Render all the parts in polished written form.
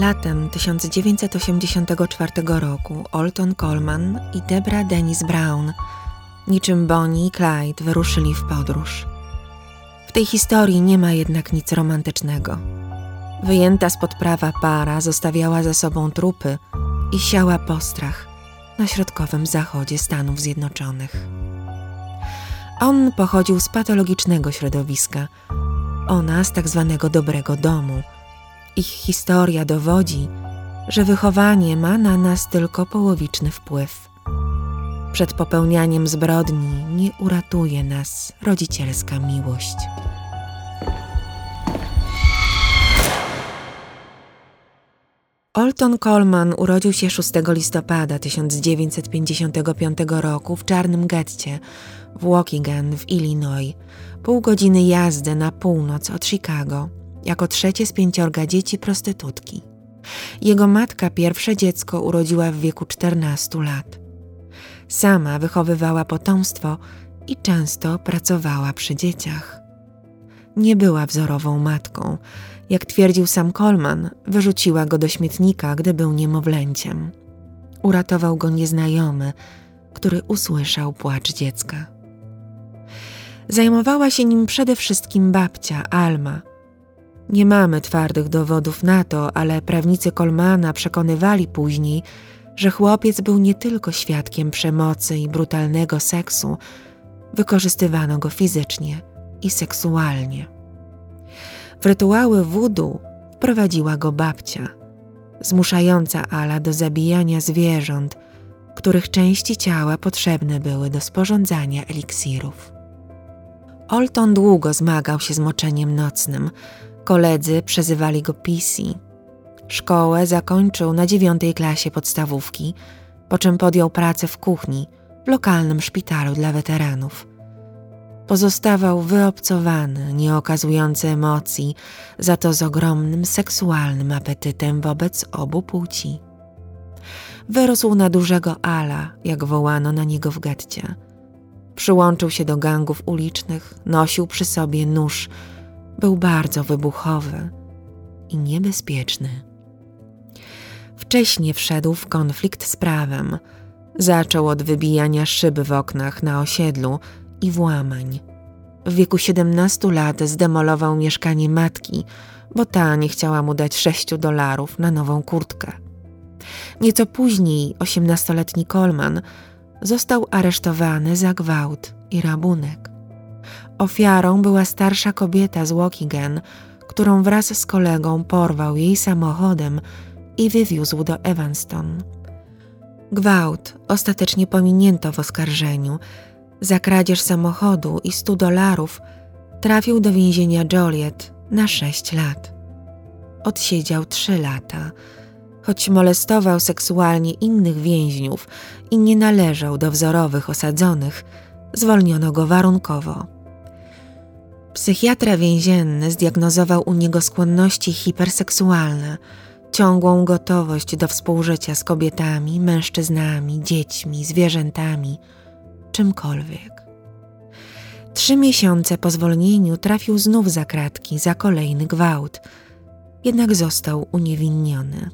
Latem 1984 roku Alton Coleman i Debra Dennis Brown niczym Bonnie i Clyde wyruszyli w podróż. W tej historii nie ma jednak nic romantycznego. Wyjęta spod prawa para zostawiała za sobą trupy i siała postrach na środkowym zachodzie Stanów Zjednoczonych. On pochodził z patologicznego środowiska, ona z tak zwanego dobrego domu. Ich historia dowodzi, że wychowanie ma na nas tylko połowiczny wpływ. Przed popełnianiem zbrodni nie uratuje nas rodzicielska miłość. Alton Coleman urodził się 6 listopada 1955 roku w czarnym getcie w Waukegan w Illinois, pół godziny jazdy na północ od Chicago, jako trzecie z 5 dzieci prostytutki. Jego matka pierwsze dziecko urodziła w wieku 14 lat. Sama wychowywała potomstwo i często pracowała przy dzieciach. Nie była wzorową matką. Jak twierdził sam Coleman, wyrzuciła go do śmietnika, gdy był niemowlęciem. Uratował go nieznajomy, który usłyszał płacz dziecka. Zajmowała się nim przede wszystkim babcia Alma. Nie mamy twardych dowodów na to, ale prawnicy Colemana przekonywali później, że chłopiec był nie tylko świadkiem przemocy i brutalnego seksu, wykorzystywano go fizycznie i seksualnie. W rytuały voodoo wprowadziła go babcia, zmuszająca Ala do zabijania zwierząt, których części ciała potrzebne były do sporządzania eliksirów. Alton długo zmagał się z moczeniem nocnym. Koledzy przezywali go PC. Szkołę zakończył na 9. klasie podstawówki, po czym podjął pracę w kuchni w lokalnym szpitalu dla weteranów. Pozostawał wyobcowany, nie okazujący emocji, za to z ogromnym seksualnym apetytem wobec obu płci. Wyrósł na dużego Ala, jak wołano na niego w getcie. Przyłączył się do gangów ulicznych, nosił przy sobie nóż. Był bardzo wybuchowy i niebezpieczny. Wcześnie wszedł w konflikt z prawem. Zaczął od wybijania szyb w oknach na osiedlu i włamań. W wieku 17 lat zdemolował mieszkanie matki, bo ta nie chciała mu dać $6 na nową kurtkę. Nieco później 18-letni Coleman został aresztowany za gwałt i rabunek. Ofiarą była starsza kobieta z Waukegan, którą wraz z kolegą porwał jej samochodem i wywiózł do Evanston. Gwałt ostatecznie pominięto w oskarżeniu. Za kradzież samochodu i $100 trafił do więzienia Joliet na 6 lat. Odsiedział 3 lata. Choć molestował seksualnie innych więźniów i nie należał do wzorowych osadzonych, zwolniono go warunkowo. Psychiatra więzienny zdiagnozował u niego skłonności hiperseksualne, ciągłą gotowość do współżycia z kobietami, mężczyznami, dziećmi, zwierzętami, czymkolwiek. 3 miesiące po zwolnieniu trafił znów za kratki za kolejny gwałt, jednak został uniewinniony.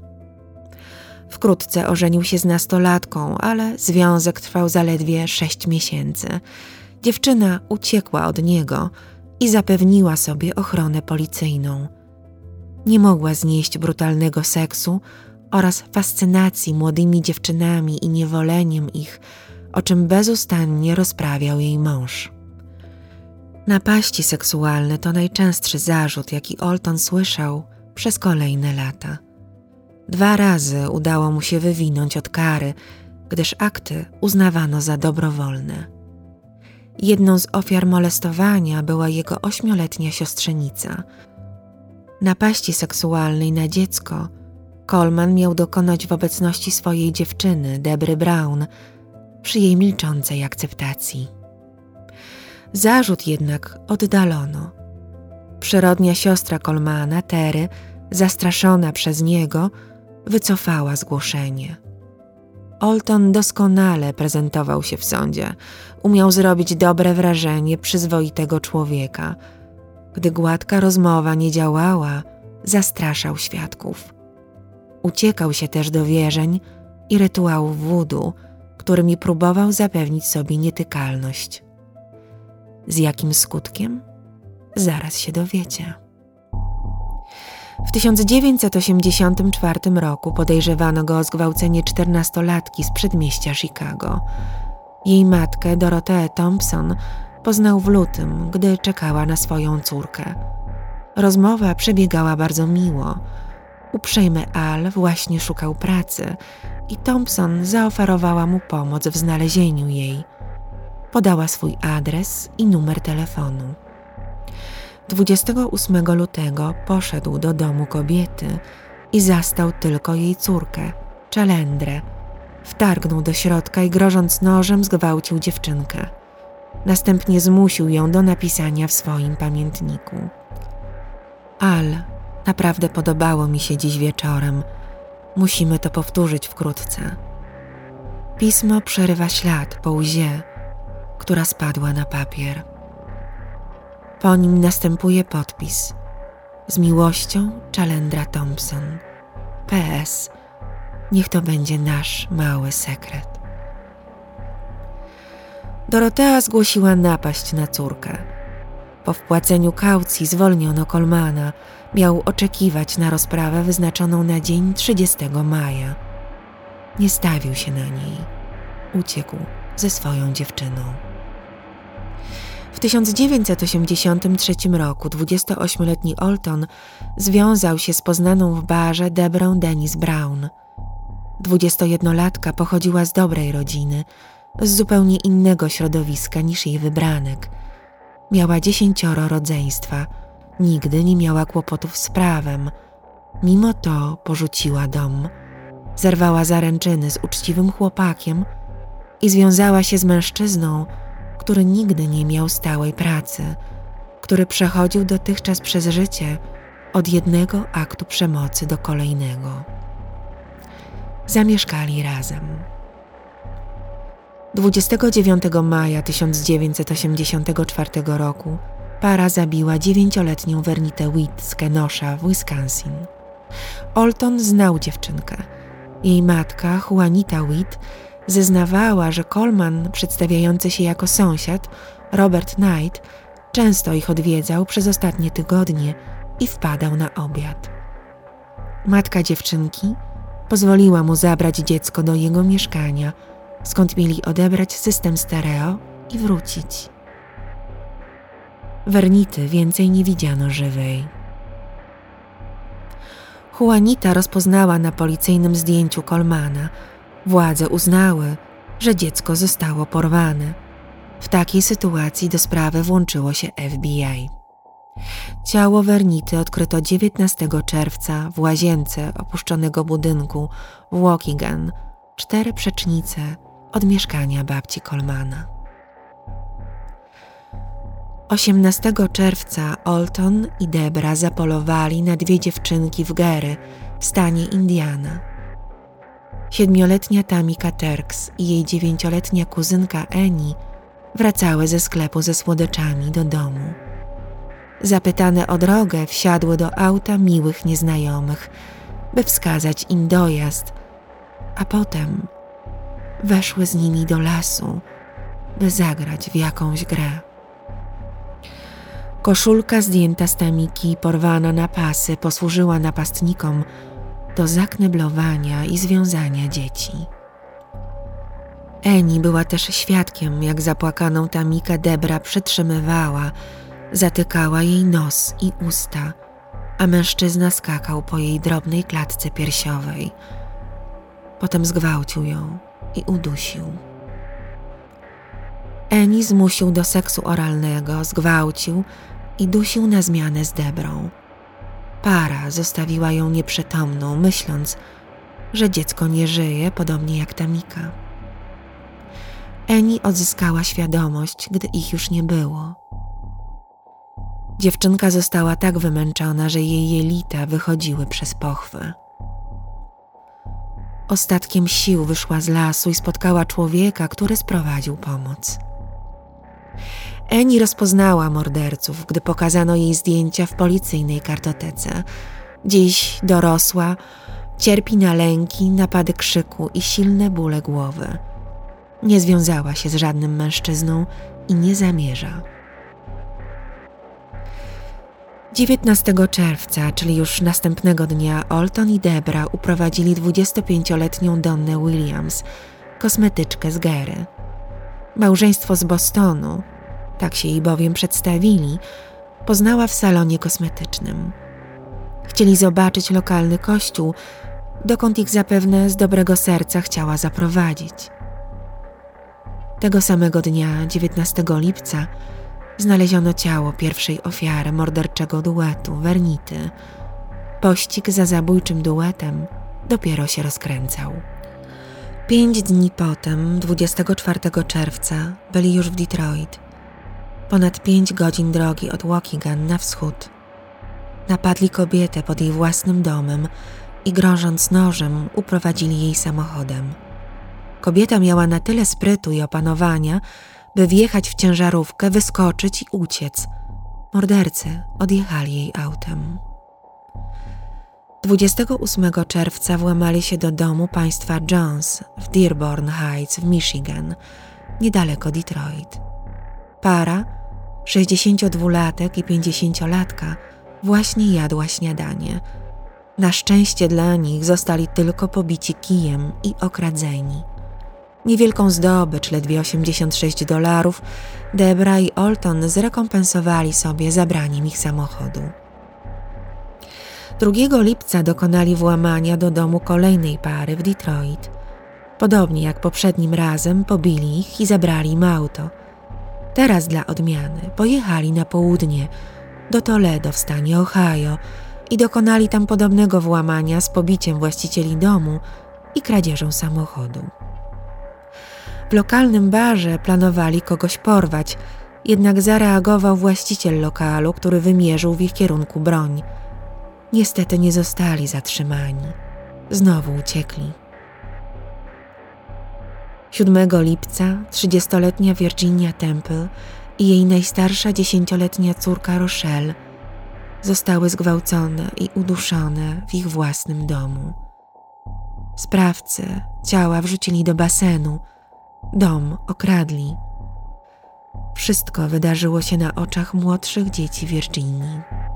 Wkrótce ożenił się z nastolatką, ale związek trwał zaledwie 6 miesięcy. Dziewczyna uciekła od niego i zapewniła sobie ochronę policyjną. Nie mogła znieść brutalnego seksu oraz fascynacji młodymi dziewczynami i niewoleniem ich, o czym bezustannie rozprawiał jej mąż. Napaści seksualne to najczęstszy zarzut, jaki Alton słyszał przez kolejne lata. 2 razy udało mu się wywinąć od kary, gdyż akty uznawano za dobrowolne. Jedną z ofiar molestowania była jego 8-letnia siostrzenica. Napaści seksualnej na dziecko Coleman miał dokonać w obecności swojej dziewczyny, Debry Brown, przy jej milczącej akceptacji. Zarzut jednak oddalono. Przyrodnia siostra Colemana, Terry, zastraszona przez niego, wycofała zgłoszenie. Alton doskonale prezentował się w sądzie. Umiał zrobić dobre wrażenie przyzwoitego człowieka. Gdy gładka rozmowa nie działała, zastraszał świadków. Uciekał się też do wierzeń i rytuałów voodoo, którymi próbował zapewnić sobie nietykalność. Z jakim skutkiem? Zaraz się dowiecie. W 1984 roku podejrzewano go o zgwałcenie 14-latki z przedmieścia Chicago. Jej matkę, Dorotheę Thompson, poznał w lutym, gdy czekała na swoją córkę. Rozmowa przebiegała bardzo miło. Uprzejmy Al właśnie szukał pracy i Thompson zaoferowała mu pomoc w znalezieniu jej. Podała swój adres i numer telefonu. 28 lutego poszedł do domu kobiety i zastał tylko jej córkę, Chalendrę. Wtargnął do środka i grożąc nożem zgwałcił dziewczynkę. Następnie zmusił ją do napisania w swoim pamiętniku. Al, naprawdę podobało mi się dziś wieczorem. Musimy to powtórzyć wkrótce. Pismo przerywa ślad po łzie, która spadła na papier. Po nim następuje podpis. Z miłością, Chalendra Thompson. PS. Niech to będzie nasz mały sekret. Dorothea zgłosiła napaść na córkę. Po wpłaceniu kaucji zwolniono Colemana. Miał oczekiwać na rozprawę wyznaczoną na dzień 30 maja. Nie stawił się na niej. Uciekł ze swoją dziewczyną. W 1983 roku 28-letni Alton związał się z poznaną w barze Debrą Dennis Brown. 21-latka pochodziła z dobrej rodziny, z zupełnie innego środowiska niż jej wybranek. Miała 10 rodzeństwa, nigdy nie miała kłopotów z prawem. Mimo to porzuciła dom, zerwała zaręczyny z uczciwym chłopakiem i związała się z mężczyzną, który nigdy nie miał stałej pracy, który przechodził dotychczas przez życie od jednego aktu przemocy do kolejnego. Zamieszkali razem. 29 maja 1984 roku para zabiła 9-letnią Vernitę Witt z Kenosha w Wisconsin. Alton znał dziewczynkę. Jej matka, Juanita Witt, zeznawała, że Coleman, przedstawiający się jako sąsiad, Robert Knight, często ich odwiedzał przez ostatnie tygodnie i wpadał na obiad. Matka dziewczynki pozwoliła mu zabrać dziecko do jego mieszkania, skąd mieli odebrać system stereo i wrócić. Vernity więcej nie widziano żywej. Juanita rozpoznała na policyjnym zdjęciu Colemana. Władze uznały, że dziecko zostało porwane. W takiej sytuacji do sprawy włączyło się FBI. Ciało Vernity odkryto 19 czerwca w łazience opuszczonego budynku w Waukegan, 4 przecznice od mieszkania babci Colemana. 18 czerwca Alton i Debra zapolowali na 2 dziewczynki w Gary w stanie Indiana. 7-letnia Tamika Turks i jej 9-letnia kuzynka Annie wracały ze sklepu ze słodyczami do domu. Zapytane o drogę wsiadły do auta miłych nieznajomych, by wskazać im dojazd, a potem weszły z nimi do lasu, by zagrać w jakąś grę. Koszulka zdjęta z Tamiki i porwana na pasy posłużyła napastnikom do zakneblowania i związania dzieci. Annie była też świadkiem, jak zapłakaną Tamikę Debra przytrzymywała, zatykała jej nos i usta, a mężczyzna skakał po jej drobnej klatce piersiowej. Potem zgwałcił ją i udusił. Annie zmusił do seksu oralnego, zgwałcił i dusił na zmianę z Debrą. Para zostawiła ją nieprzytomną, myśląc, że dziecko nie żyje, podobnie jak Tamika. Annie odzyskała świadomość, gdy ich już nie było. Dziewczynka została tak wymęczona, że jej jelita wychodziły przez pochwę. Ostatkiem sił wyszła z lasu i spotkała człowieka, który sprowadził pomoc. Annie rozpoznała morderców, gdy pokazano jej zdjęcia w policyjnej kartotece. Dziś dorosła, Cierpi na lęki, napady krzyku i silne bóle głowy. Nie związała się z żadnym mężczyzną i nie zamierza. 19 czerwca, czyli już następnego dnia, Alton i Debra uprowadzili 25-letnią Donnę Williams, kosmetyczkę z Gary. Małżeństwo z Bostonu, tak się jej bowiem przedstawili, poznała w salonie kosmetycznym. Chcieli zobaczyć lokalny kościół, dokąd ich zapewne z dobrego serca chciała zaprowadzić. Tego samego dnia, 19 lipca, znaleziono ciało pierwszej ofiary morderczego duetu, Vernity. Pościg za zabójczym duetem dopiero się rozkręcał. 5 dni potem, 24 czerwca, byli już w Detroit. Ponad 5 godzin drogi od Waukegan na wschód. Napadli kobietę pod jej własnym domem i grożąc nożem uprowadzili jej samochodem. Kobieta miała na tyle sprytu i opanowania, by wjechać w ciężarówkę, wyskoczyć i uciec. Mordercy odjechali jej autem. 28 czerwca włamali się do domu państwa Jones w Dearborn Heights w Michigan, niedaleko Detroit. Para, 62-latek i 50-latka, właśnie jadła śniadanie. Na szczęście dla nich zostali tylko pobici kijem i okradzeni. Niewielką zdobycz, ledwie $86, Debra i Alton zrekompensowali sobie zabraniem ich samochodu. 2 lipca dokonali włamania do domu kolejnej pary w Detroit. Podobnie jak poprzednim razem pobili ich i zabrali im auto. Teraz dla odmiany pojechali na południe, do Toledo w stanie Ohio i dokonali tam podobnego włamania z pobiciem właścicieli domu i kradzieżą samochodu. W lokalnym barze planowali kogoś porwać, jednak zareagował właściciel lokalu, który wymierzył w ich kierunku broń. Niestety nie zostali zatrzymani. Znowu uciekli. 7 lipca 30-letnia Virginia Temple i jej najstarsza 10-letnia córka Rochelle zostały zgwałcone i uduszone w ich własnym domu. Sprawcy ciała wrzucili do basenu, dom okradli. Wszystko wydarzyło się na oczach młodszych dzieci Virginii.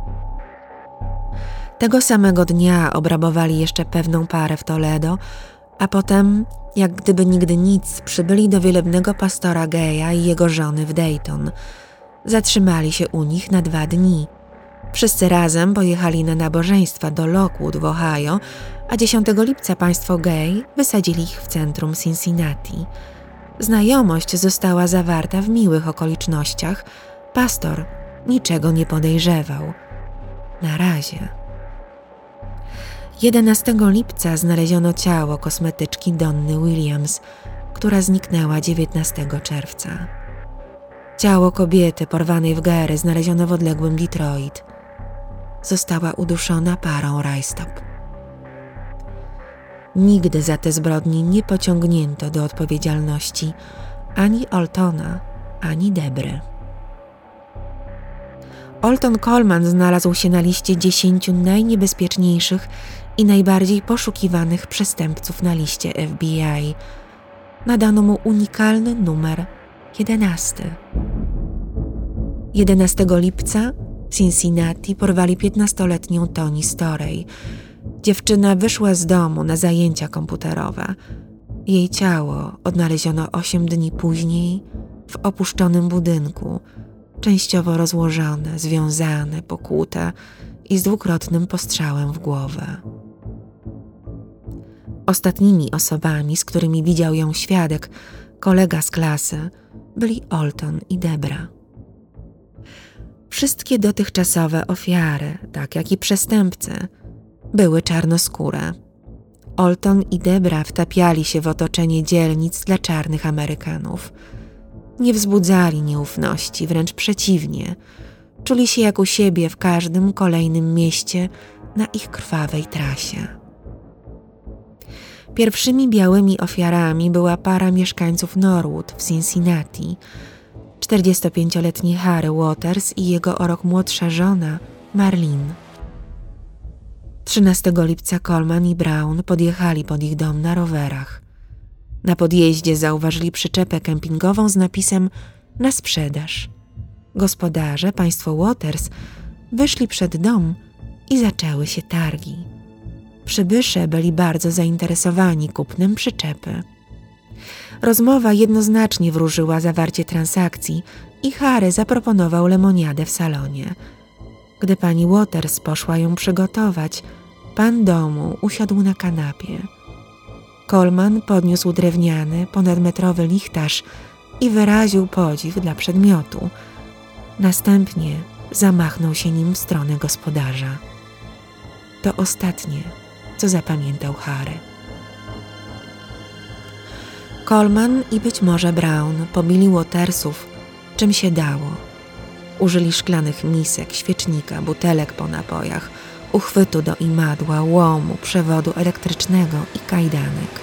Tego samego dnia obrabowali jeszcze pewną parę w Toledo, a potem, jak gdyby nigdy nic, przybyli do wielebnego pastora Geja i jego żony w Dayton. Zatrzymali się u nich na 2 dni. Wszyscy razem pojechali na nabożeństwa do Lockwood w Ohio, a 10 lipca państwo Gay wysadzili ich w centrum Cincinnati. Znajomość została zawarta w miłych okolicznościach. Pastor niczego nie podejrzewał. Na razie. 11 lipca znaleziono ciało kosmetyczki Donny Williams, która zniknęła 19 czerwca. Ciało kobiety porwanej w Gary znaleziono w odległym Detroit. Została uduszona parą rajstop. Nigdy za te zbrodnie nie pociągnięto do odpowiedzialności ani Altona, ani Debry. Alton Coleman znalazł się na liście 10 najniebezpieczniejszych i najbardziej poszukiwanych przestępców na liście FBI. Nadano mu unikalny numer 11. 11 lipca w Cincinnati porwali 15-letnią Toni Storey. Dziewczyna wyszła z domu na zajęcia komputerowe. Jej ciało odnaleziono 8 dni później w opuszczonym budynku, częściowo rozłożone, związane, pokłute i z 2-krotnym postrzałem w głowę. Ostatnimi osobami, z którymi widział ją świadek, kolega z klasy, byli Alton i Debra. Wszystkie dotychczasowe ofiary, tak jak i przestępcy, były czarnoskóre. Alton i Debra wtapiali się w otoczenie dzielnic dla czarnych Amerykanów. Nie wzbudzali nieufności, wręcz przeciwnie. Czuli się jak u siebie w każdym kolejnym mieście na ich krwawej trasie. Pierwszymi białymi ofiarami była para mieszkańców Norwood w Cincinnati. 45-letni Harry Waters i jego o rok młodsza żona Marlene. 13 lipca Coleman i Brown podjechali pod ich dom na rowerach. Na podjeździe zauważyli przyczepę kempingową z napisem „Na sprzedaż”. Gospodarze, państwo Waters, wyszli przed dom i zaczęły się targi. Przybysze byli bardzo zainteresowani kupnem przyczepy. Rozmowa jednoznacznie wróżyła zawarcie transakcji i Harry zaproponował lemoniadę w salonie. Gdy pani Waters poszła ją przygotować, pan domu usiadł na kanapie. Coleman podniósł drewniany, ponadmetrowy lichtarz i wyraził podziw dla przedmiotu. Następnie zamachnął się nim w stronę gospodarza. To ostatnie, co zapamiętał Harry. Coleman i być może Brown pobili Watersów, czym się dało. Użyli szklanych misek, świecznika, butelek po napojach, uchwytu do imadła, łomu, przewodu elektrycznego i kajdanek.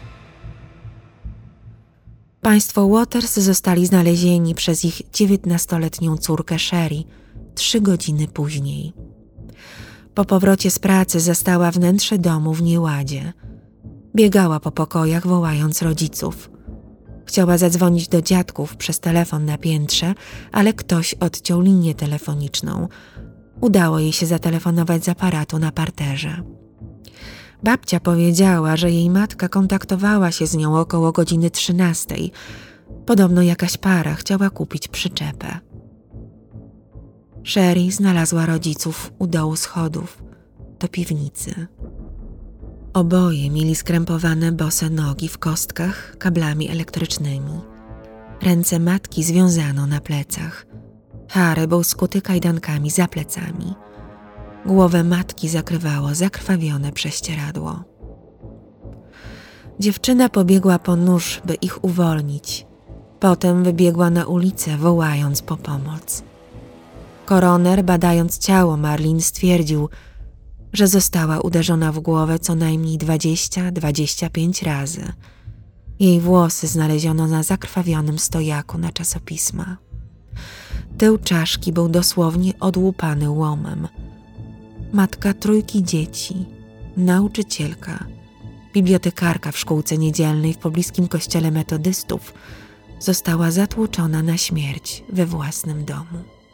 Państwo Waters zostali znalezieni przez ich 19-letnią córkę Sherry 3 godziny później. Po powrocie z pracy zastała wnętrze domu w nieładzie. Biegała po pokojach, wołając rodziców. Chciała zadzwonić do dziadków przez telefon na piętrze, ale ktoś odciął linię telefoniczną. Udało jej się zatelefonować z aparatu na parterze. Babcia powiedziała, że jej matka kontaktowała się z nią około godziny 13. Podobno jakaś para chciała kupić przyczepę. Sherry znalazła rodziców u dołu schodów, do piwnicy. Oboje mieli skrępowane bose nogi w kostkach kablami elektrycznymi. Ręce matki związano na plecach. Harry był skuty kajdankami za plecami. Głowę matki zakrywało zakrwawione prześcieradło. Dziewczyna pobiegła po nóż, by ich uwolnić. Potem wybiegła na ulicę, wołając po pomoc. Koroner, badając ciało Marlene, stwierdził, że została uderzona w głowę co najmniej 20-25 razy. Jej włosy znaleziono na zakrwawionym stojaku na czasopisma. Tył czaszki był dosłownie odłupany łomem. Matka 3 dzieci, nauczycielka, bibliotekarka w szkółce niedzielnej w pobliskim kościele metodystów została zatłuczona na śmierć we własnym domu.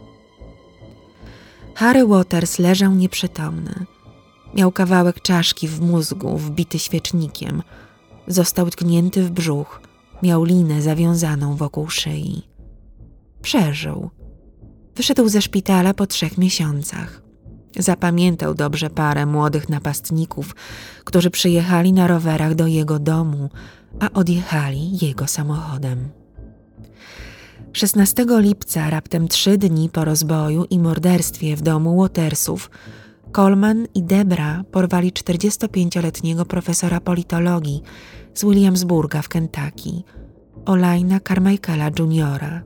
Harry Waters leżał nieprzytomny. Miał kawałek czaszki w mózgu, wbity świecznikiem. Został tknięty w brzuch. Miał linę zawiązaną wokół szyi. Przeżył. Wyszedł ze szpitala po 3 miesiącach. Zapamiętał dobrze parę młodych napastników, którzy przyjechali na rowerach do jego domu, a odjechali jego samochodem. 16 lipca, raptem 3 dni po rozboju i morderstwie w domu Watersów, Coleman i Debra porwali 45-letniego profesora politologii z Williamsburga w Kentucky, Olaina Carmichaela Jr.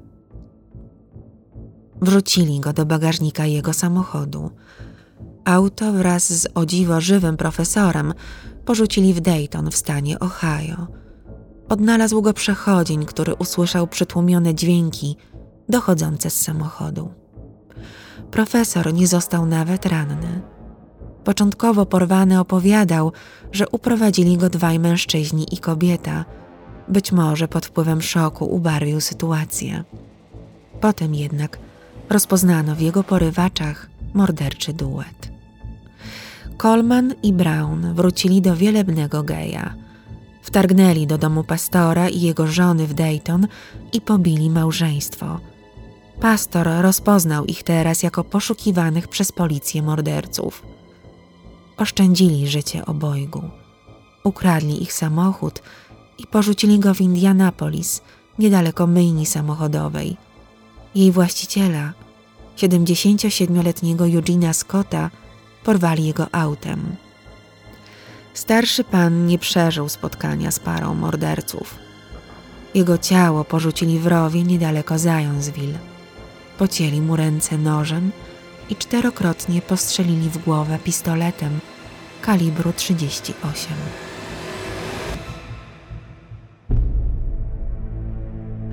Wrzucili go do bagażnika jego samochodu. Auto wraz z o dziwo żywym profesorem porzucili w Dayton w stanie Ohio. Odnalazł go przechodzień, który usłyszał przytłumione dźwięki dochodzące z samochodu. Profesor nie został nawet ranny. Początkowo porwany opowiadał, że uprowadzili go 2 mężczyźni i kobieta. Być może pod wpływem szoku ubarwił sytuację. Potem jednak rozpoznano w jego porywaczach morderczy duet. Coleman i Brown wrócili do wielebnego geja. Wtargnęli do domu pastora i jego żony w Dayton i pobili małżeństwo. Pastor rozpoznał ich teraz jako poszukiwanych przez policję morderców. Oszczędzili życie obojgu. Ukradli ich samochód i porzucili go w Indianapolis, niedaleko myjni samochodowej. Jej właściciela, 77-letniego Eugena Scotta, porwali jego autem. Starszy pan nie przeżył spotkania z parą morderców. Jego ciało porzucili w rowie niedaleko Zionsville. Pocięli mu ręce nożem i 4-krotnie postrzelili w głowę pistoletem kalibru 38.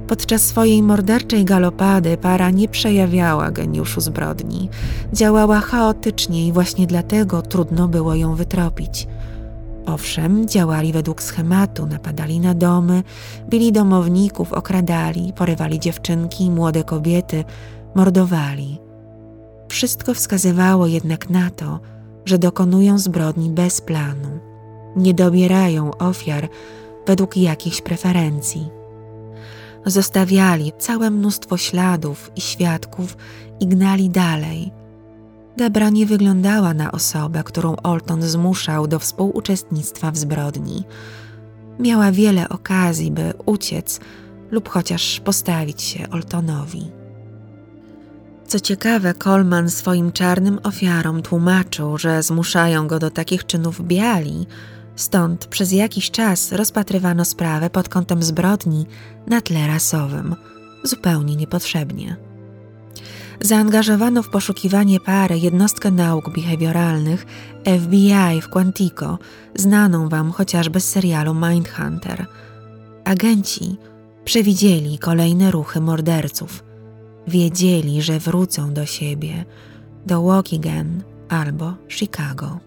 Podczas swojej morderczej galopady para nie przejawiała geniuszu zbrodni. Działała chaotycznie i właśnie dlatego trudno było ją wytropić. Owszem, działali według schematu, napadali na domy, bili domowników, okradali, porywali dziewczynki i młode kobiety, mordowali. Wszystko wskazywało jednak na to, że dokonują zbrodni bez planu. Nie dobierają ofiar według jakichś preferencji. Zostawiali całe mnóstwo śladów i świadków i gnali dalej. Debra nie wyglądała na osobę, którą Olton zmuszał do współuczestnictwa w zbrodni. Miała wiele okazji, by uciec lub chociaż postawić się Oltonowi. Co ciekawe, Coleman swoim czarnym ofiarom tłumaczył, że zmuszają go do takich czynów biali, stąd przez jakiś czas rozpatrywano sprawę pod kątem zbrodni na tle rasowym, zupełnie niepotrzebnie. Zaangażowano w poszukiwanie pary jednostkę nauk behawioralnych FBI w Quantico, znaną wam chociażby z serialu Mindhunter. Agenci przewidzieli kolejne ruchy morderców. Wiedzieli, że wrócą do siebie, do Waukegan albo Chicago.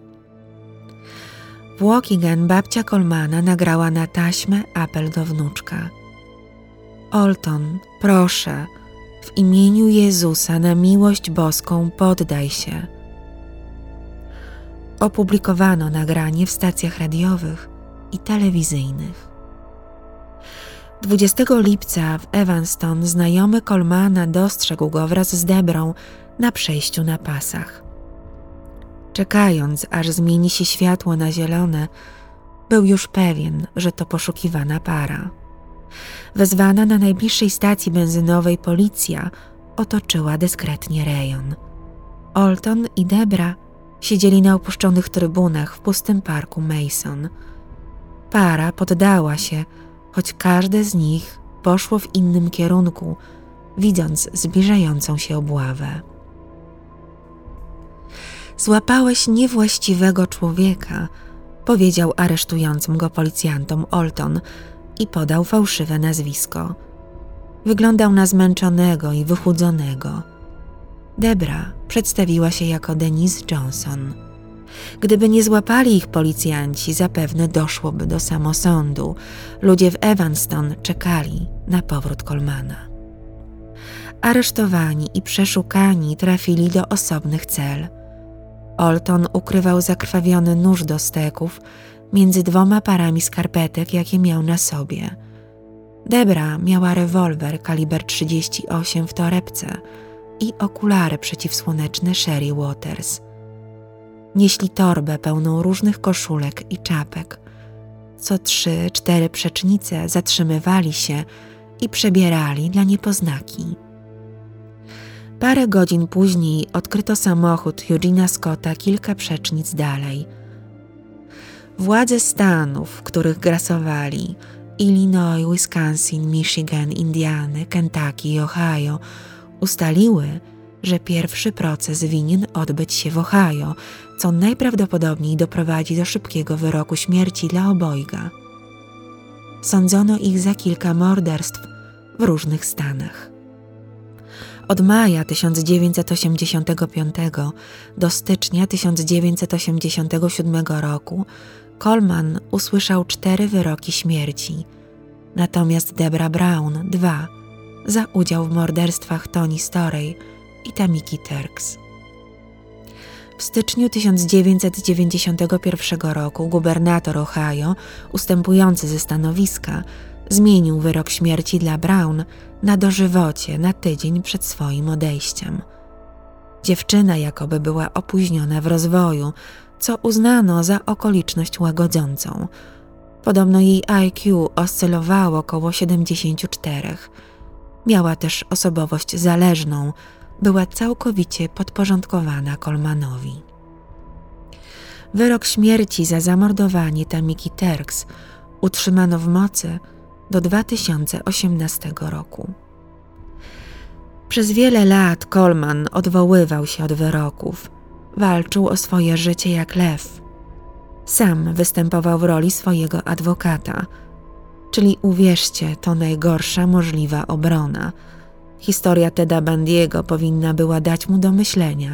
W Waukegan babcia Colemana nagrała na taśmę apel do wnuczka. Olton, proszę, w imieniu Jezusa na miłość boską poddaj się. Opublikowano nagranie w stacjach radiowych i telewizyjnych. 20 lipca w Evanston znajomy Colemana dostrzegł go wraz z Debrą na przejściu na pasach. Czekając, aż zmieni się światło na zielone, był już pewien, że to poszukiwana para. Wezwana na najbliższej stacji benzynowej policja otoczyła dyskretnie rejon. Olton i Debra siedzieli na opuszczonych trybunach w pustym parku Mason. Para poddała się, choć każde z nich poszło w innym kierunku, widząc zbliżającą się obławę. Złapałeś niewłaściwego człowieka, powiedział aresztującym go policjantom Olton i podał fałszywe nazwisko. Wyglądał na zmęczonego i wychudzonego. Debra przedstawiła się jako Denise Johnson. Gdyby nie złapali ich policjanci, zapewne doszłoby do samosądu. Ludzie w Evanston czekali na powrót Colemana. Aresztowani i przeszukani trafili do osobnych cel. Olton ukrywał zakrwawiony nóż do steków między 2 parami skarpetek, jakie miał na sobie. Debra miała rewolwer kaliber 38 w torebce i okulary przeciwsłoneczne Sherry Waters. Nieśli torbę pełną różnych koszulek i czapek. Co 3-4 przecznice zatrzymywali się i przebierali dla niepoznaki. Parę godzin później odkryto samochód Eugena Scotta kilka przecznic dalej. Władze stanów, w których grasowali Illinois, Wisconsin, Michigan, Indiany, Kentucky i Ohio, ustaliły, że pierwszy proces winien odbyć się w Ohio, co najprawdopodobniej doprowadzi do szybkiego wyroku śmierci dla obojga. Sądzono ich za kilka morderstw w różnych stanach. Od maja 1985 do stycznia 1987 roku Coleman usłyszał 4 wyroki śmierci, natomiast Debra Brown 2 za udział w morderstwach Toni Storey i Tamiki Turks. W styczniu 1991 roku gubernator Ohio, ustępujący ze stanowiska, zmienił wyrok śmierci dla Brown na dożywocie na tydzień przed swoim odejściem. Dziewczyna jakoby była opóźniona w rozwoju, co uznano za okoliczność łagodzącą. Podobno jej IQ oscylowało około 74. Miała też osobowość zależną, była całkowicie podporządkowana Colemanowi. Wyrok śmierci za zamordowanie Tamiki Turks utrzymano w mocy do 2018 roku. Przez wiele lat Coleman odwoływał się od wyroków, walczył o swoje życie jak lew. Sam występował w roli swojego adwokata. Czyli uwierzcie, to najgorsza możliwa obrona. Historia Teda Bundy'ego powinna była dać mu do myślenia.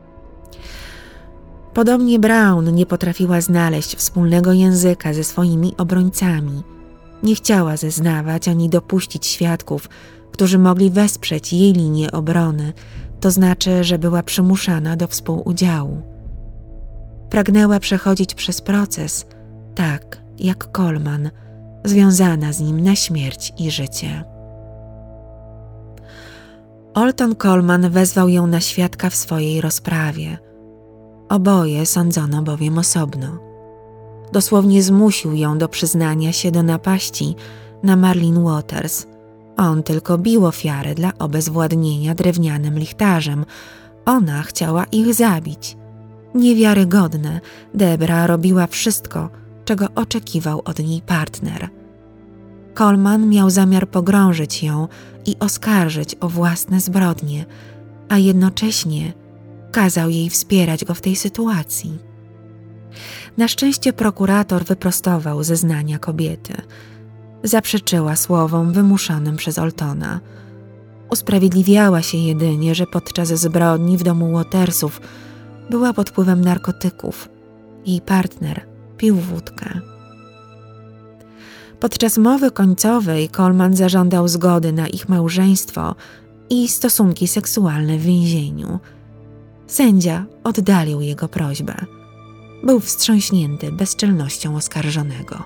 Podobnie Brown nie potrafiła znaleźć wspólnego języka ze swoimi obrońcami. Nie chciała zeznawać ani dopuścić świadków, którzy mogli wesprzeć jej linię obrony, to znaczy, że była przymuszana do współudziału. Pragnęła przechodzić przez proces, tak jak Coleman, związana z nim na śmierć i życie. Alton Coleman wezwał ją na świadka w swojej rozprawie. Oboje sądzono bowiem osobno. Dosłownie zmusił ją do przyznania się do napaści na Marlene Waters. On tylko bił ofiarę dla obezwładnienia drewnianym lichtarzem. Ona chciała ich zabić. Niewiarygodne, Debra robiła wszystko, czego oczekiwał od niej partner. Coleman miał zamiar pogrążyć ją i oskarżyć o własne zbrodnie, a jednocześnie kazał jej wspierać go w tej sytuacji. Na szczęście prokurator wyprostował zeznania kobiety. Zaprzeczyła słowom wymuszonym przez Altona. Usprawiedliwiała się jedynie, że podczas zbrodni w domu Watersów była pod wpływem narkotyków. Jej partner pił wódkę. Podczas mowy końcowej Coleman zażądał zgody na ich małżeństwo i stosunki seksualne w więzieniu. Sędzia oddalił jego prośbę. Był wstrząśnięty bezczelnością oskarżonego.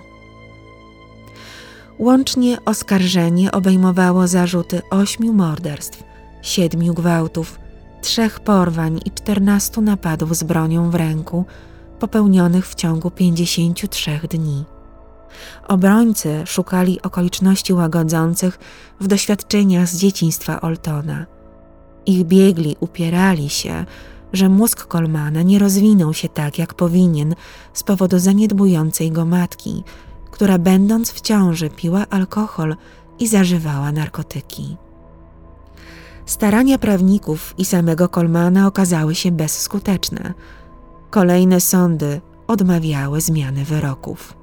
Łącznie oskarżenie obejmowało zarzuty 8 morderstw, 7 gwałtów, 3 porwań i 14 napadów z bronią w ręku popełnionych w ciągu 53 dni. Obrońcy szukali okoliczności łagodzących w doświadczeniach z dzieciństwa Altona. Ich biegli upierali się, że mózg Colemana nie rozwinął się tak, jak powinien z powodu zaniedbującej go matki, która będąc w ciąży piła alkohol i zażywała narkotyki. Starania prawników i samego Colemana okazały się bezskuteczne. Kolejne sądy odmawiały zmiany wyroków.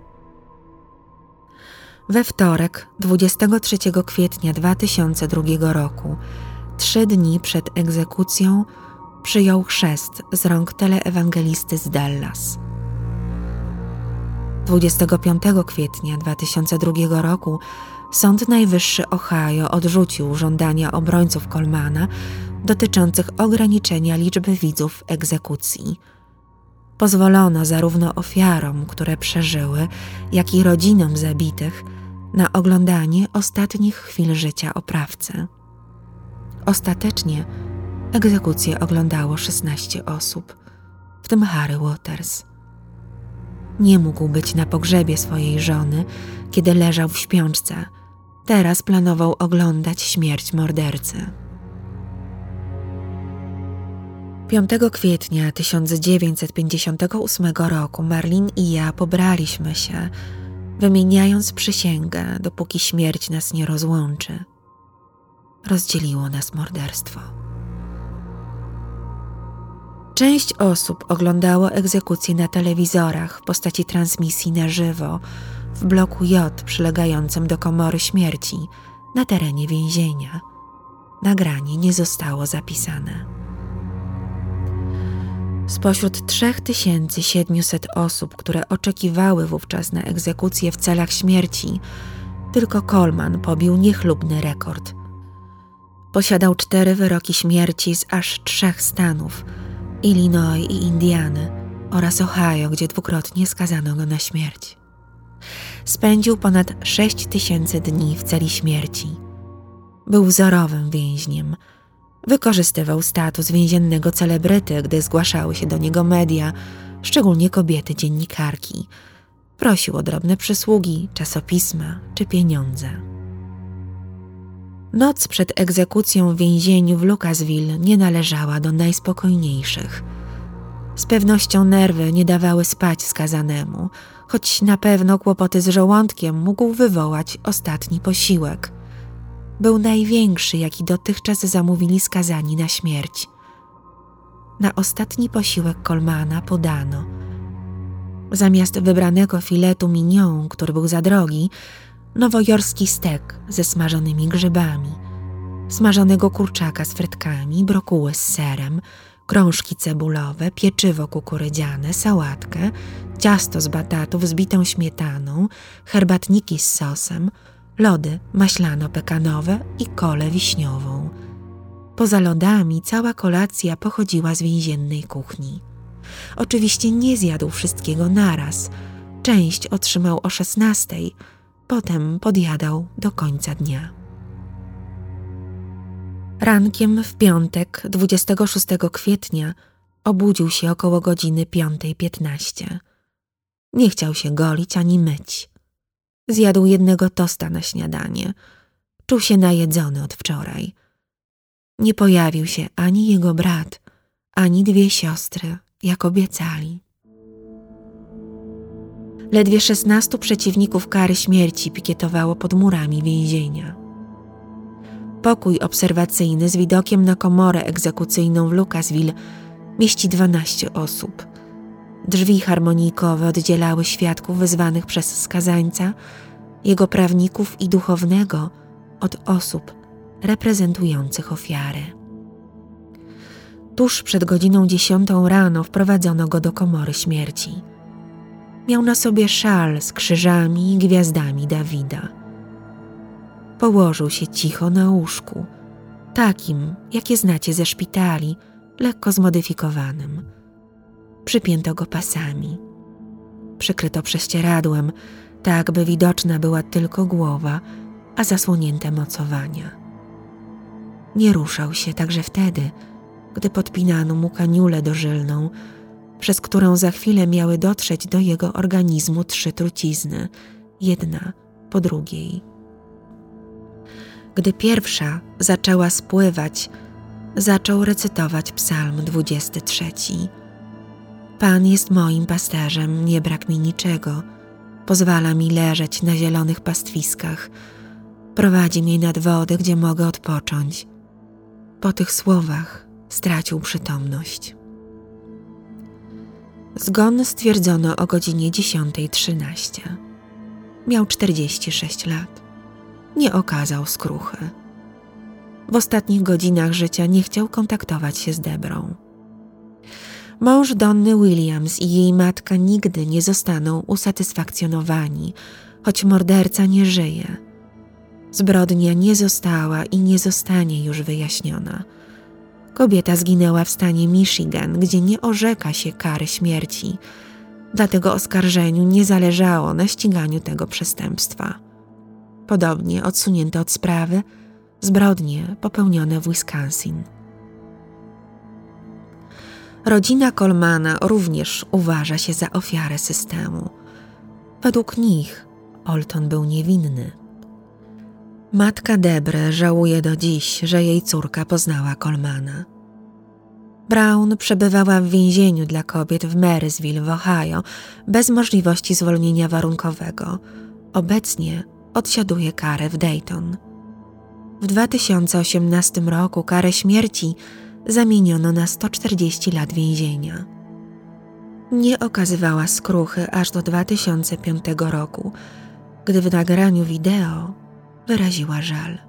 We wtorek, 23 kwietnia 2002 roku, 3 dni przed egzekucją, przyjął chrzest z rąk teleewangelisty z Dallas. 25 kwietnia 2002 roku Sąd Najwyższy Ohio odrzucił żądania obrońców Colemana dotyczących ograniczenia liczby widzów egzekucji. Pozwolono zarówno ofiarom, które przeżyły, jak i rodzinom zabitych na oglądanie ostatnich chwil życia oprawcy. Ostatecznie egzekucję oglądało 16 osób, w tym Harry Waters. Nie mógł być na pogrzebie swojej żony, kiedy leżał w śpiączce. Teraz planował oglądać śmierć mordercy. 5 kwietnia 1958 roku Marlene i ja pobraliśmy się, wymieniając przysięgę, dopóki śmierć nas nie rozłączy. Rozdzieliło nas morderstwo. Część osób oglądało egzekucję na telewizorach w postaci transmisji na żywo w bloku J przylegającym do komory śmierci na terenie więzienia. Nagranie nie zostało zapisane. Spośród 3700 osób, które oczekiwały wówczas na egzekucję w celach śmierci, tylko Coleman pobił niechlubny rekord. Posiadał 4 wyroki śmierci z aż 3 stanów: Illinois i Indiany oraz Ohio, gdzie dwukrotnie skazano go na śmierć. Spędził ponad 6000 dni w celi śmierci. Był wzorowym więźniem. Wykorzystywał status więziennego celebryty, gdy zgłaszały się do niego media, szczególnie kobiety dziennikarki. Prosił o drobne przysługi, czasopisma czy pieniądze. Noc przed egzekucją w więzieniu w Lucasville nie należała do najspokojniejszych. Z pewnością nerwy nie dawały spać skazanemu, choć na pewno kłopoty z żołądkiem mógł wywołać ostatni posiłek. Był największy, jaki dotychczas zamówili skazani na śmierć. Na ostatni posiłek Colemana podano: zamiast wybranego filetu mignon, który był za drogi, nowojorski stek ze smażonymi grzybami, smażonego kurczaka z frytkami, brokuły z serem, krążki cebulowe, pieczywo kukurydziane, sałatkę, ciasto z batatów z bitą śmietaną, herbatniki z sosem, lody maślano-pekanowe i kolę wiśniową. Poza lodami cała kolacja pochodziła z więziennej kuchni. Oczywiście nie zjadł wszystkiego naraz. Część otrzymał o 16:00, potem podjadał do końca dnia. Rankiem w piątek 26 kwietnia obudził się około godziny 5:15. Nie chciał się golić ani myć. Zjadł jednego tosta na śniadanie. Czuł się najedzony od wczoraj. Nie pojawił się ani jego brat, ani 2 siostry, jak obiecali. Ledwie 16 przeciwników kary śmierci pikietowało pod murami więzienia. Pokój obserwacyjny z widokiem na komorę egzekucyjną w Lucasville mieści 12 osób. Drzwi harmonijkowe oddzielały świadków wezwanych przez skazańca, jego prawników i duchownego od osób reprezentujących ofiary. Tuż przed godziną 10 rano wprowadzono go do komory śmierci. Miał na sobie szal z krzyżami i gwiazdami Dawida. Położył się cicho na łóżku, takim, jakie znacie ze szpitali, lekko zmodyfikowanym. Przypięto go pasami. Przykryto prześcieradłem, tak by widoczna była tylko głowa, a zasłonięte mocowania. Nie ruszał się także wtedy, gdy podpinano mu kaniulę dożylną, przez którą za chwilę miały dotrzeć do jego organizmu 3 trucizny, jedna po drugiej. Gdy pierwsza zaczęła spływać, zaczął recytować psalm 23. Pan jest moim pasterzem, nie brak mi niczego. Pozwala mi leżeć na zielonych pastwiskach. Prowadzi mnie nad wody, gdzie mogę odpocząć. Po tych słowach stracił przytomność. Zgon stwierdzono o godzinie 10:13. Miał 46 lat. Nie okazał skruchy. W ostatnich godzinach życia nie chciał kontaktować się z Debrą. Mąż Donny Williams i jej matka nigdy nie zostaną usatysfakcjonowani, choć morderca nie żyje. Zbrodnia nie została i nie zostanie już wyjaśniona. Kobieta zginęła w stanie Michigan, gdzie nie orzeka się kary śmierci. Dlatego oskarżeniu nie zależało na ściganiu tego przestępstwa. Podobnie odsunięto od sprawy zbrodnie popełnione w Wisconsin. Rodzina Colemana również uważa się za ofiarę systemu. Według nich Olton był niewinny. Matka Debry żałuje do dziś, że jej córka poznała Colemana. Brown przebywała w więzieniu dla kobiet w Marysville w Ohio bez możliwości zwolnienia warunkowego. Obecnie odsiaduje karę w Dayton. W 2018 roku karę śmierci zamieniono na 140 lat więzienia. Nie okazywała skruchy aż do 2005 roku, gdy w nagraniu wideo wyraziła żal.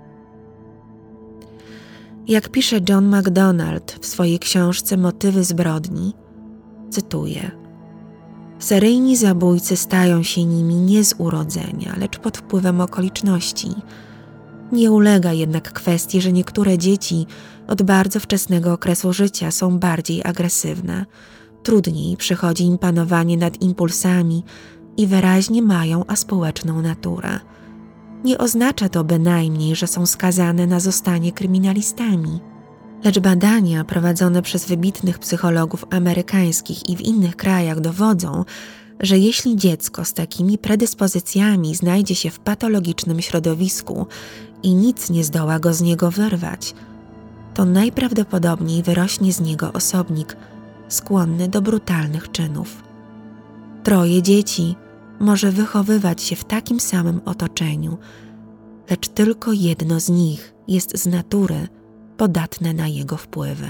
Jak pisze John MacDonald w swojej książce Motywy zbrodni, cytuję: seryjni zabójcy stają się nimi nie z urodzenia, lecz pod wpływem okoliczności. Nie ulega jednak kwestii, że niektóre dzieci od bardzo wczesnego okresu życia są bardziej agresywne, trudniej przychodzi im panowanie nad impulsami i wyraźnie mają aspołeczną naturę. Nie oznacza to bynajmniej, że są skazane na zostanie kryminalistami. Lecz badania prowadzone przez wybitnych psychologów amerykańskich i w innych krajach dowodzą, że jeśli dziecko z takimi predyspozycjami znajdzie się w patologicznym środowisku i nic nie zdoła go z niego wyrwać, to najprawdopodobniej wyrośnie z niego osobnik skłonny do brutalnych czynów. 3 dzieci może wychowywać się w takim samym otoczeniu, lecz tylko jedno z nich jest z natury podatne na jego wpływy.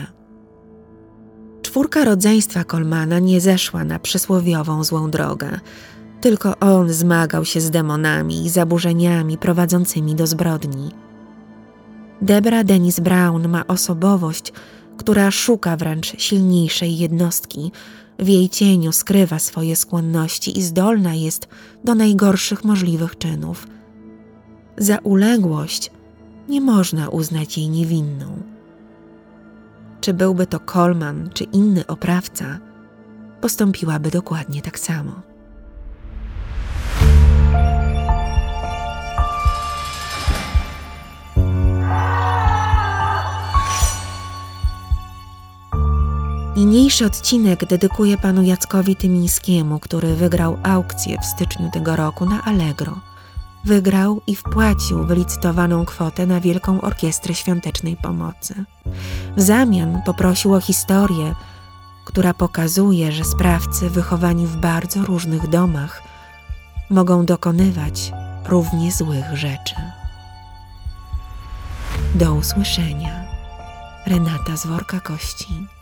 4 rodzeństwa Colemana nie zeszła na przysłowiową złą drogę. Tylko on zmagał się z demonami i zaburzeniami prowadzącymi do zbrodni. Debra Dennis Brown ma osobowość, która szuka wręcz silniejszej jednostki. W jej cieniu skrywa swoje skłonności i zdolna jest do najgorszych możliwych czynów. Za uległość nie można uznać jej niewinną. Czy byłby to Coleman, czy inny oprawca, postąpiłaby dokładnie tak samo. Niniejszy odcinek dedykuję panu Jackowi Tymińskiemu, który wygrał aukcję w styczniu tego roku na Allegro. Wygrał i wpłacił wylicytowaną kwotę na Wielką Orkiestrę Świątecznej Pomocy. W zamian poprosił o historię, która pokazuje, że sprawcy wychowani w bardzo różnych domach mogą dokonywać równie złych rzeczy. Do usłyszenia. Renata z Worka Kości.